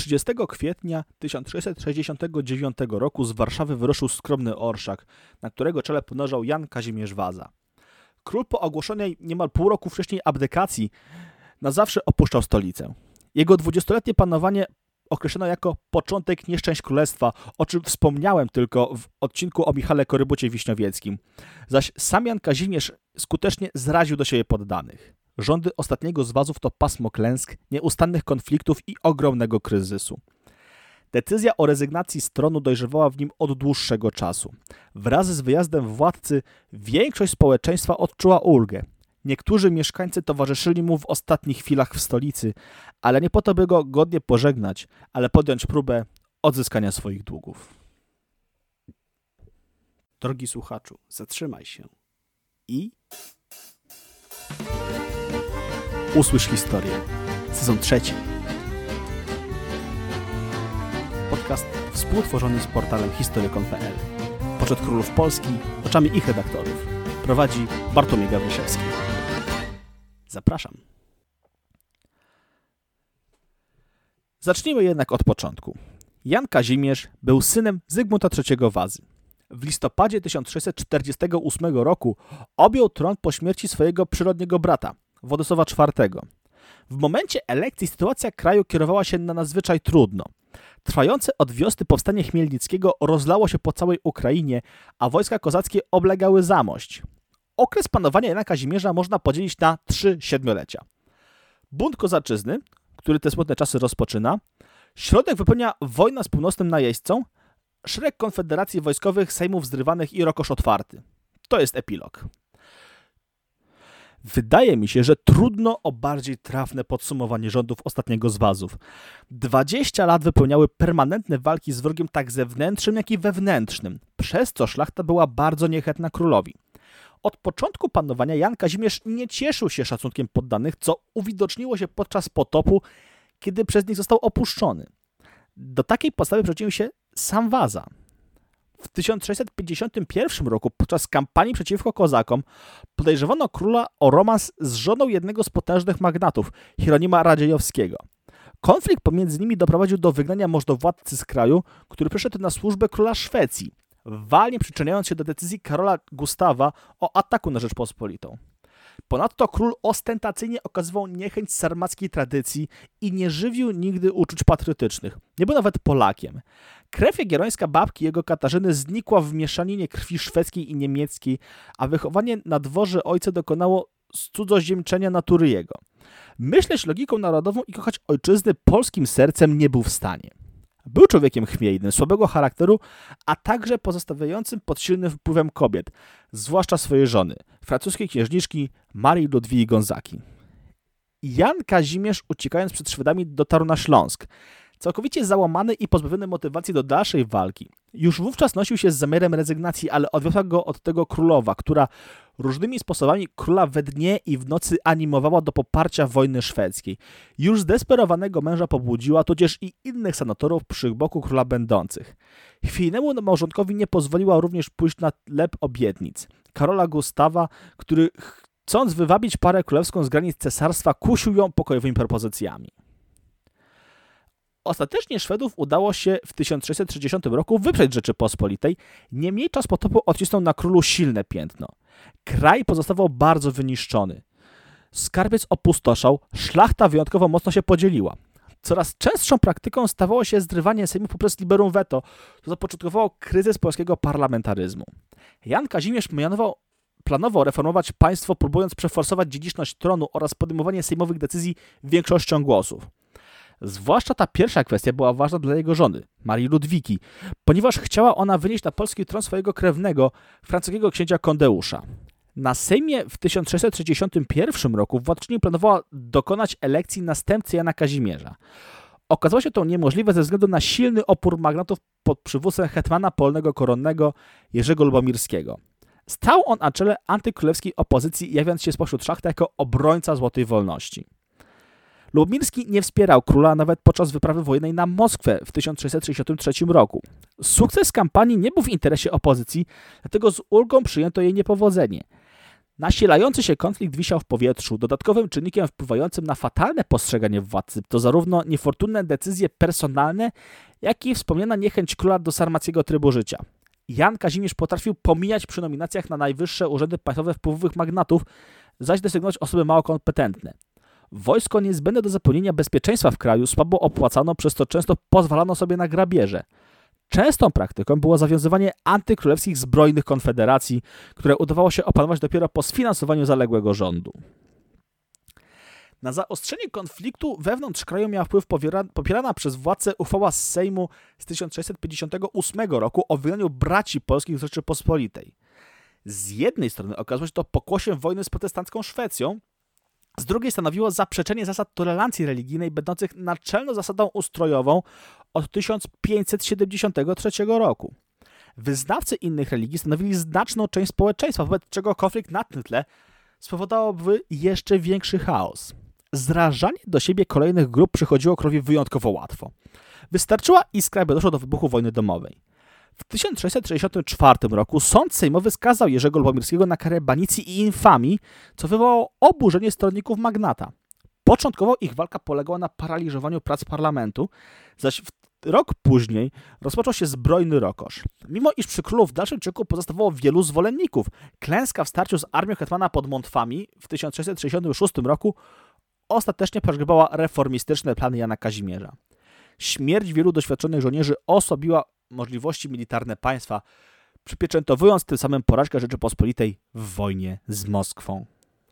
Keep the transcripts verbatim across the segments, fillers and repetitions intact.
trzydziestego kwietnia tysiąc sześćset sześćdziesiątego dziewiątego roku z Warszawy wyruszył skromny orszak, na którego czele podążał Jan Kazimierz Waza. Król po ogłoszonej niemal pół roku wcześniej abdykacji na zawsze opuszczał stolicę. Jego dwudziestoletnie panowanie określono jako początek nieszczęść królestwa, o czym wspomniałem tylko w odcinku o Michale Korybucie-Wiśniowieckim. Zaś sam Jan Kazimierz skutecznie zraził do siebie poddanych. Rządy ostatniego z Wazów to pasmo klęsk, nieustannych konfliktów i ogromnego kryzysu. Decyzja o rezygnacji z tronu dojrzewała w nim od dłuższego czasu. Wraz z wyjazdem władcy większość społeczeństwa odczuła ulgę. Niektórzy mieszkańcy towarzyszyli mu w ostatnich chwilach w stolicy, ale nie po to, by go godnie pożegnać, ale podjąć próbę odzyskania swoich długów. Drogi słuchaczu, zatrzymaj się i usłysz historię. Sezon trzeci. Podcast współtworzony z portalem historyką kropka pe el. Poczet królów Polski oczami ich redaktorów. Prowadzi Bartłomiej Gawryszewski. Zapraszam. Zacznijmy jednak od początku. Jan Kazimierz był synem Zygmunta trzeciego Wazy. W listopadzie tysiąc sześćset czterdziestego ósmego roku objął tron po śmierci swojego przyrodniego brata, Władysława czwartego. W momencie elekcji sytuacja kraju kierowała się na nadzwyczaj trudno. Trwające od wiosny powstanie Chmielnickiego rozlało się po całej Ukrainie, a wojska kozackie oblegały Zamość. Okres panowania Jana Kazimierza można podzielić na trzy siedmiolecia. Bunt kozaczyzny, który te smutne czasy rozpoczyna, środek wypełnia wojna z północnym najeźdźcą, szereg konfederacji wojskowych, sejmów zrywanych i Rokosz otwarty. To jest epilog. Wydaje mi się, że trudno o bardziej trafne podsumowanie rządów ostatniego z Wazów. Dwadzieścia lat wypełniały permanentne walki z wrogiem tak zewnętrznym, jak i wewnętrznym, przez co szlachta była bardzo niechętna królowi. Od początku panowania Jan Kazimierz nie cieszył się szacunkiem poddanych, co uwidoczniło się podczas potopu, kiedy przez nich został opuszczony. Do takiej postawy przyczynił się sam Waza. W tysiąc sześćset pięćdziesiątym pierwszym roku podczas kampanii przeciwko kozakom podejrzewano króla o romans z żoną jednego z potężnych magnatów, Hieronima Radziejowskiego. Konflikt pomiędzy nimi doprowadził do wygnania możdżowładcy z kraju, który przyszedł na służbę króla Szwecji, walnie przyczyniając się do decyzji Karola Gustawa o ataku na Rzeczpospolitą. Ponadto król ostentacyjnie okazywał niechęć sarmackiej tradycji i nie żywił nigdy uczuć patriotycznych. Nie był nawet Polakiem. Krew jagiellońska babki jego Katarzyny znikła w mieszaninie krwi szwedzkiej i niemieckiej, a wychowanie na dworze ojca dokonało cudzoziemczenia natury jego. Myśleć logiką narodową i kochać ojczyzny polskim sercem nie był w stanie. Był człowiekiem chmiejnym, słabego charakteru, a także pozostawiającym pod silnym wpływem kobiet, zwłaszcza swojej żony, francuskiej księżniczki Marii Ludwigi Gonzagi. Jan Kazimierz, uciekając przed Szwedami, dotarł na Śląsk. Całkowicie załamany i pozbawiony motywacji do dalszej walki. Już wówczas nosił się z zamiarem rezygnacji, ale odwiosła go od tego królowa, która różnymi sposobami króla we dnie i w nocy animowała do poparcia wojny szwedzkiej. Już zdesperowanego męża pobudziła, tudzież i innych senatorów przy boku króla będących. Chwiejnemu małżonkowi nie pozwoliła również pójść na lep obietnic. Karola Gustawa, który chcąc wywabić parę królewską z granic cesarstwa, kusił ją pokojowymi propozycjami. Ostatecznie Szwedów udało się w tysiąc sześćset sześćdziesiątym roku wyprzeć Rzeczypospolitej, niemniej czas potopu odcisnął na królu silne piętno. Kraj pozostawał bardzo wyniszczony. Skarbiec opustoszał, szlachta wyjątkowo mocno się podzieliła. Coraz częstszą praktyką stawało się zrywanie Sejmu poprzez liberum veto, co zapoczątkowało kryzys polskiego parlamentaryzmu. Jan Kazimierz mianował planował reformować państwo, próbując przeforsować dziedziczność tronu oraz podejmowanie sejmowych decyzji większością głosów. Zwłaszcza ta pierwsza kwestia była ważna dla jego żony, Marii Ludwigi, ponieważ chciała ona wynieść na polski tron swojego krewnego, francuskiego księcia Kondeusza. Na Sejmie w tysiąc sześćset sześćdziesiątym pierwszym roku władczyni planowała dokonać elekcji następcy Jana Kazimierza. Okazało się to niemożliwe ze względu na silny opór magnatów pod przywództwem hetmana polnego koronnego Jerzego Lubomirskiego. Stał on na czele antykrólewskiej opozycji, jawiąc się spośród szlachty jako obrońca złotej wolności. Lubomirski nie wspierał króla nawet podczas wyprawy wojennej na Moskwę w tysiąc sześćset sześćdziesiątym trzecim roku. Sukces kampanii nie był w interesie opozycji, dlatego z ulgą przyjęto jej niepowodzenie. Nasilający się konflikt wisiał w powietrzu. Dodatkowym czynnikiem wpływającym na fatalne postrzeganie władcy to zarówno niefortunne decyzje personalne, jak i wspomniana niechęć króla do sarmackiego trybu życia. Jan Kazimierz potrafił pomijać przy nominacjach na najwyższe urzędy państwowe wpływowych magnatów, zaś desygnować osoby mało kompetentne. Wojsko niezbędne do zapewnienia bezpieczeństwa w kraju słabo opłacano, przez co często pozwalano sobie na grabieże. Częstą praktyką było zawiązywanie antykrólewskich zbrojnych konfederacji, które udawało się opanować dopiero po sfinansowaniu zaległego rządu. Na zaostrzenie konfliktu wewnątrz kraju miała wpływ powiera, popierana przez władcę uchwała z Sejmu z tysiąc sześćset pięćdziesiątego ósmego roku o wyłonieniu braci polskich z Rzeczypospolitej. Z jednej strony okazało się to pokłosiem wojny z protestancką Szwecją, z drugiej stanowiło zaprzeczenie zasad tolerancji religijnej będących naczelną zasadą ustrojową od tysiąc pięćset siedemdziesiątego trzeciego roku. Wyznawcy innych religii stanowili znaczną część społeczeństwa, wobec czego konflikt na tym tle spowodowałby jeszcze większy chaos. Zrażanie do siebie kolejnych grup przychodziło królowi wyjątkowo łatwo. Wystarczyła iskra, by doszło do wybuchu wojny domowej. W tysiąc sześćset sześćdziesiątym czwartym roku sąd sejmowy skazał Jerzego Lubomirskiego na karę banicji i infamii, co wywołało oburzenie stronników magnata. Początkowo ich walka polegała na paraliżowaniu prac parlamentu, zaś w rok później rozpoczął się zbrojny rokosz. Mimo iż przy królu w dalszym ciągu pozostawało wielu zwolenników, klęska w starciu z armią hetmana pod Montwami w tysiąc sześćset sześćdziesiątym szóstym roku ostatecznie pogrzebała reformistyczne plany Jana Kazimierza. Śmierć wielu doświadczonych żołnierzy osłabiła możliwości militarne państwa, przypieczętowując tym samym porażkę Rzeczypospolitej w wojnie z Moskwą.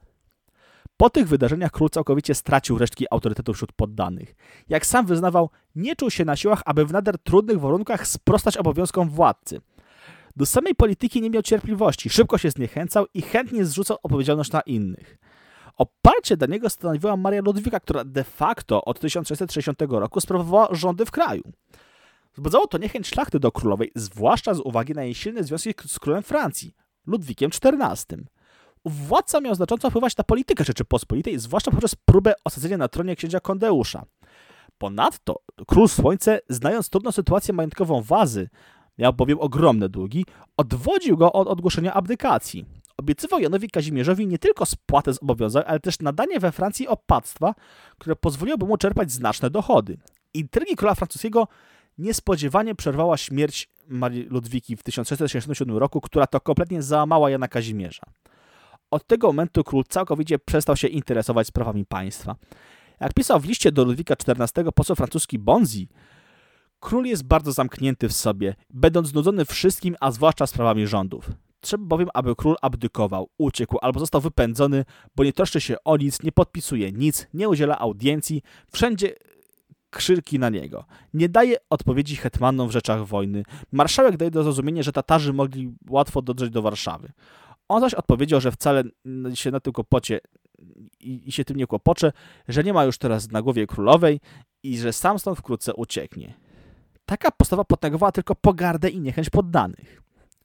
Po tych wydarzeniach król całkowicie stracił resztki autorytetu wśród poddanych. Jak sam wyznawał, nie czuł się na siłach, aby w nader trudnych warunkach sprostać obowiązkom władcy. Do samej polityki nie miał cierpliwości, szybko się zniechęcał i chętnie zrzucał odpowiedzialność na innych. Oparcie dla niego stanowiła Maria Ludwika, która de facto od tysiąc sześćset sześćdziesiątego roku sprawowała rządy w kraju. Wzbudzało to niechęć szlachty do królowej, zwłaszcza z uwagi na jej silne związki z królem Francji, Ludwikiem czternastym. Władca miał znacząco wpływać na politykę Rzeczypospolitej, zwłaszcza poprzez próbę osadzenia na tronie księcia Kondeusza. Ponadto król Słońce, znając trudną sytuację majątkową Wazy, miał bowiem ogromne długi, odwodził go od ogłoszenia abdykacji. Obiecywał Janowi Kazimierzowi nie tylko spłatę zobowiązań, ale też nadanie we Francji opactwa, które pozwoliłoby mu czerpać znaczne dochody. Intrygi króla francuskiego niespodziewanie przerwała śmierć Marii Ludwiki w tysiąc sześćset sześćdziesiątym siódmym roku, która to kompletnie załamała Jana Kazimierza. Od tego momentu król całkowicie przestał się interesować sprawami państwa. Jak pisał w liście do Ludwika czternastego poseł francuski Bonzi, król jest bardzo zamknięty w sobie, będąc znudzony wszystkim, a zwłaszcza sprawami rządów. Trzeba bowiem, aby król abdykował, uciekł albo został wypędzony, bo nie troszczy się o nic, nie podpisuje nic, nie udziela audiencji, wszędzie krzyki na niego. Nie daje odpowiedzi hetmanom w rzeczach wojny. Marszałek daje do zrozumienia, że Tatarzy mogli łatwo dotrzeć do Warszawy. On zaś odpowiedział, że wcale się na tym kłopocie i, i się tym nie kłopocze, że nie ma już teraz na głowie królowej i że sam stąd wkrótce ucieknie. Taka postawa potęgowała tylko pogardę i niechęć poddanych.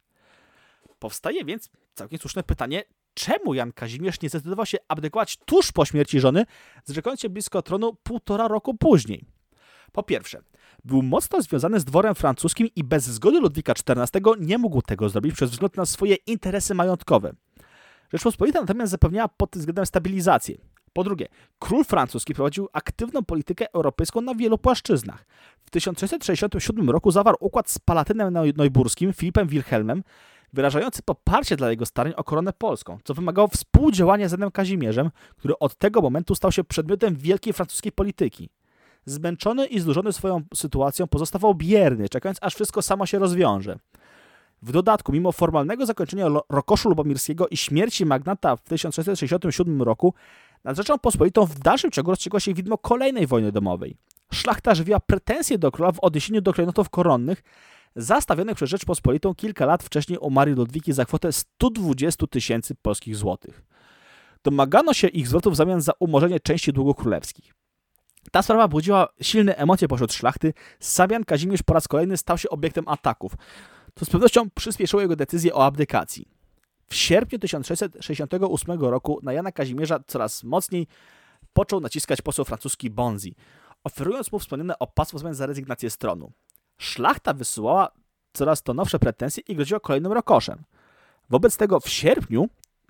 Powstaje więc całkiem słuszne pytanie, czemu Jan Kazimierz nie zdecydował się abdykować tuż po śmierci żony, zrzekając się blisko tronu półtora roku później? Po pierwsze, był mocno związany z dworem francuskim i bez zgody Ludwika czternastego nie mógł tego zrobić przez wzgląd na swoje interesy majątkowe. Rzeczpospolita natomiast zapewniała pod tym względem stabilizację. Po drugie, król francuski prowadził aktywną politykę europejską na wielu płaszczyznach. W tysiąc sześćset sześćdziesiątym siódmym roku zawarł układ z Palatynem Neuburskim, Filipem Wilhelmem, wyrażający poparcie dla jego starań o koronę polską, co wymagało współdziałania z Janem Kazimierzem, który od tego momentu stał się przedmiotem wielkiej francuskiej polityki. Zmęczony i znużony swoją sytuacją pozostawał bierny, czekając aż wszystko samo się rozwiąże. W dodatku, mimo formalnego zakończenia rokoszu lubomirskiego i śmierci magnata w tysiąc sześćset sześćdziesiątym siódmym roku, nad Rzecząpospolitą w dalszym ciągu rozciągło się widmo kolejnej wojny domowej. Szlachta żywiła pretensje do króla w odniesieniu do klejnotów koronnych, zastawionych przez Rzeczpospolitą kilka lat wcześniej u Marii Ludwiki za kwotę stu dwudziestu tysięcy polskich złotych. Domagano się ich zwrotów w zamian za umorzenie części długów królewskich. Ta sprawa budziła silne emocje pośród szlachty. Sam Jan Kazimierz po raz kolejny stał się obiektem ataków. To z pewnością przyspieszyło jego decyzję o abdykacji. W sierpniu tysiąc sześćset sześćdziesiątego ósmego roku na Jana Kazimierza coraz mocniej począł naciskać poseł francuski Bonzi, oferując mu wspomniane opłatstwo w zamian za rezygnację z tronu. Szlachta wysyłała coraz to nowsze pretensje i groziła kolejnym rokoszem. Wobec tego w sierpniu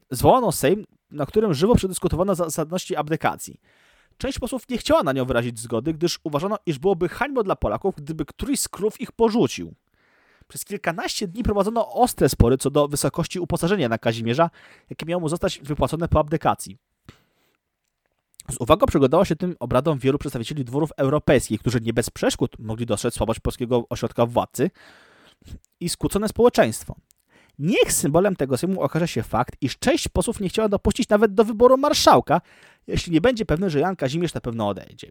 zwołano Sejm, na którym żywo przedyskutowano zasadności abdykacji. Część posłów nie chciała na nią wyrazić zgody, gdyż uważano, iż byłoby hańbą dla Polaków, gdyby któryś z królów ich porzucił. Przez kilkanaście dni prowadzono ostre spory co do wysokości uposażenia na Kazimierza, jakie miało mu zostać wypłacone po abdykacji. Z uwagą przyglądało się tym obradom wielu przedstawicieli dworów europejskich, którzy nie bez przeszkód mogli dostrzec słabość polskiego ośrodka władcy i skłócone społeczeństwo. Niech symbolem tego Sejmu okaże się fakt, iż część posłów nie chciała dopuścić nawet do wyboru marszałka, jeśli nie będzie pewny, że Jan Kazimierz na pewno odejdzie.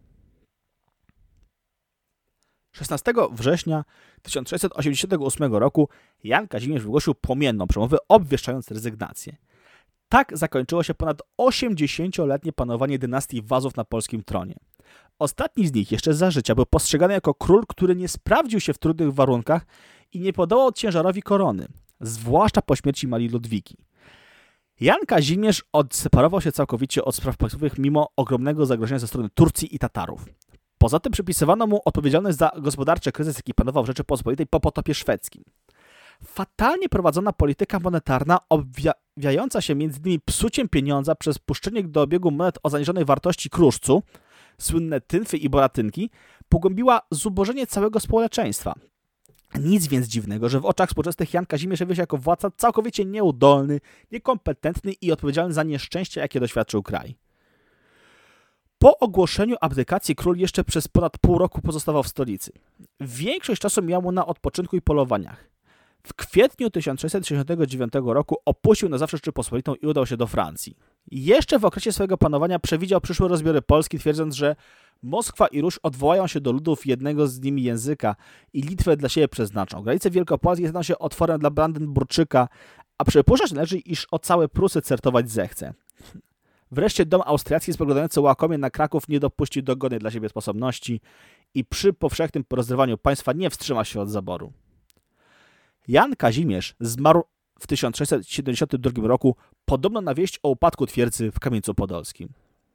szesnastego września tysiąc sześćset osiemdziesiątego ósmego roku Jan Kazimierz wygłosił płomienną przemowę, obwieszczając rezygnację. Tak zakończyło się ponad osiemdziesięcioletnie panowanie dynastii Wazów na polskim tronie. Ostatni z nich jeszcze za życia był postrzegany jako król, który nie sprawdził się w trudnych warunkach i nie podołał ciężarowi korony, zwłaszcza po śmierci Marii Ludwiki. Jan Kazimierz odseparował się całkowicie od spraw państwowych mimo ogromnego zagrożenia ze strony Turcji i Tatarów. Poza tym przypisywano mu odpowiedzialność za gospodarczy kryzys, jaki panował w Rzeczypospolitej po potopie szwedzkim. Fatalnie prowadzona polityka monetarna, objawiająca się między innymi psuciem pieniądza przez puszczenie do obiegu monet o zaniżonej wartości kruszcu, słynne tynfy i boratynki, pogłębiła zubożenie całego społeczeństwa. Nic więc dziwnego, że w oczach współczesnych Jan Kazimierz jawił się jako władca całkowicie nieudolny, niekompetentny i odpowiedzialny za nieszczęścia, jakie doświadczył kraj. Po ogłoszeniu abdykacji król jeszcze przez ponad pół roku pozostawał w stolicy. Większość czasu miał mu na odpoczynku i polowaniach. W kwietniu tysiąc sześćset sześćdziesiątego dziewiątego roku opuścił na zawsze Rzeczypospolitą i udał się do Francji. Jeszcze w okresie swojego panowania przewidział przyszłe rozbiory Polski, twierdząc, że Moskwa i Ruś odwołają się do ludów jednego z nimi języka i Litwę dla siebie przeznaczą. Granice wielkopolskie staną się otworem dla Brandenburczyka, a przypuszczać należy, iż o całe Prusy certować zechce. Wreszcie dom austriacki spoglądający łakomie na Kraków nie dopuścił do godnej dla siebie sposobności i przy powszechnym porozrywaniu państwa nie wstrzymał się od zaboru. Jan Kazimierz zmarł w tysiąc sześćset siedemdziesiątym drugim roku, podobno na wieść o upadku twierdzy w Kamieńcu Podolskim.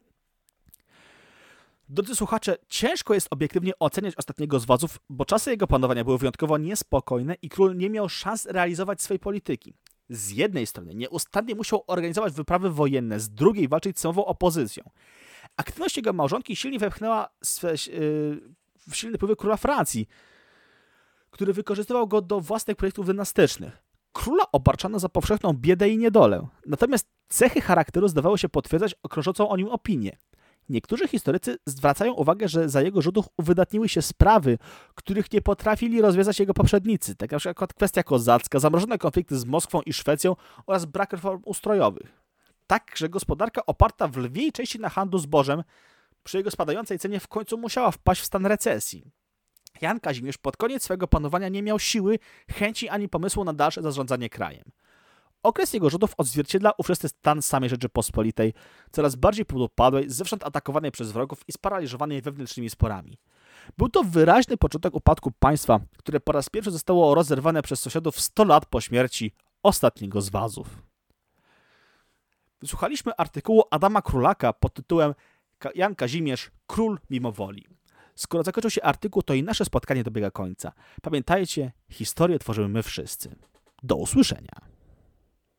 Drodzy słuchacze, ciężko jest obiektywnie oceniać ostatniego z Wazów, bo czasy jego panowania były wyjątkowo niespokojne i król nie miał szans realizować swojej polityki. Z jednej strony nieustannie musiał organizować wyprawy wojenne, z drugiej walczyć z samą opozycją. Aktywność jego małżonki silnie wepchnęła swe, yy, w silne wpływy króla Francji, który wykorzystywał go do własnych projektów dynastycznych. Króla obarczano za powszechną biedę i niedolę, natomiast cechy charakteru zdawały się potwierdzać krążącą o nim opinię. Niektórzy historycy zwracają uwagę, że za jego rządów uwydatniły się sprawy, których nie potrafili rozwiązać jego poprzednicy, tak jak na przykład kwestia kozacka, zamrożone konflikty z Moskwą i Szwecją oraz brak reform ustrojowych. Tak, że gospodarka oparta w lwiej części na handlu zbożem przy jego spadającej cenie w końcu musiała wpaść w stan recesji. Jan Kazimierz pod koniec swojego panowania nie miał siły, chęci ani pomysłu na dalsze zarządzanie krajem. Okres jego rządów odzwierciedla ówczesny stan samej Rzeczypospolitej, coraz bardziej podupadłej, zewsząd atakowanej przez wrogów i sparaliżowanej wewnętrznymi sporami. Był to wyraźny początek upadku państwa, które po raz pierwszy zostało rozerwane przez sąsiadów sto lat po śmierci ostatniego z Wazów. Wysłuchaliśmy artykułu Adama Królaka pod tytułem Jan Kazimierz, król mimo woli. Skoro zakończył się artykuł, to i nasze spotkanie dobiega końca. Pamiętajcie, historię tworzymy my wszyscy. Do usłyszenia.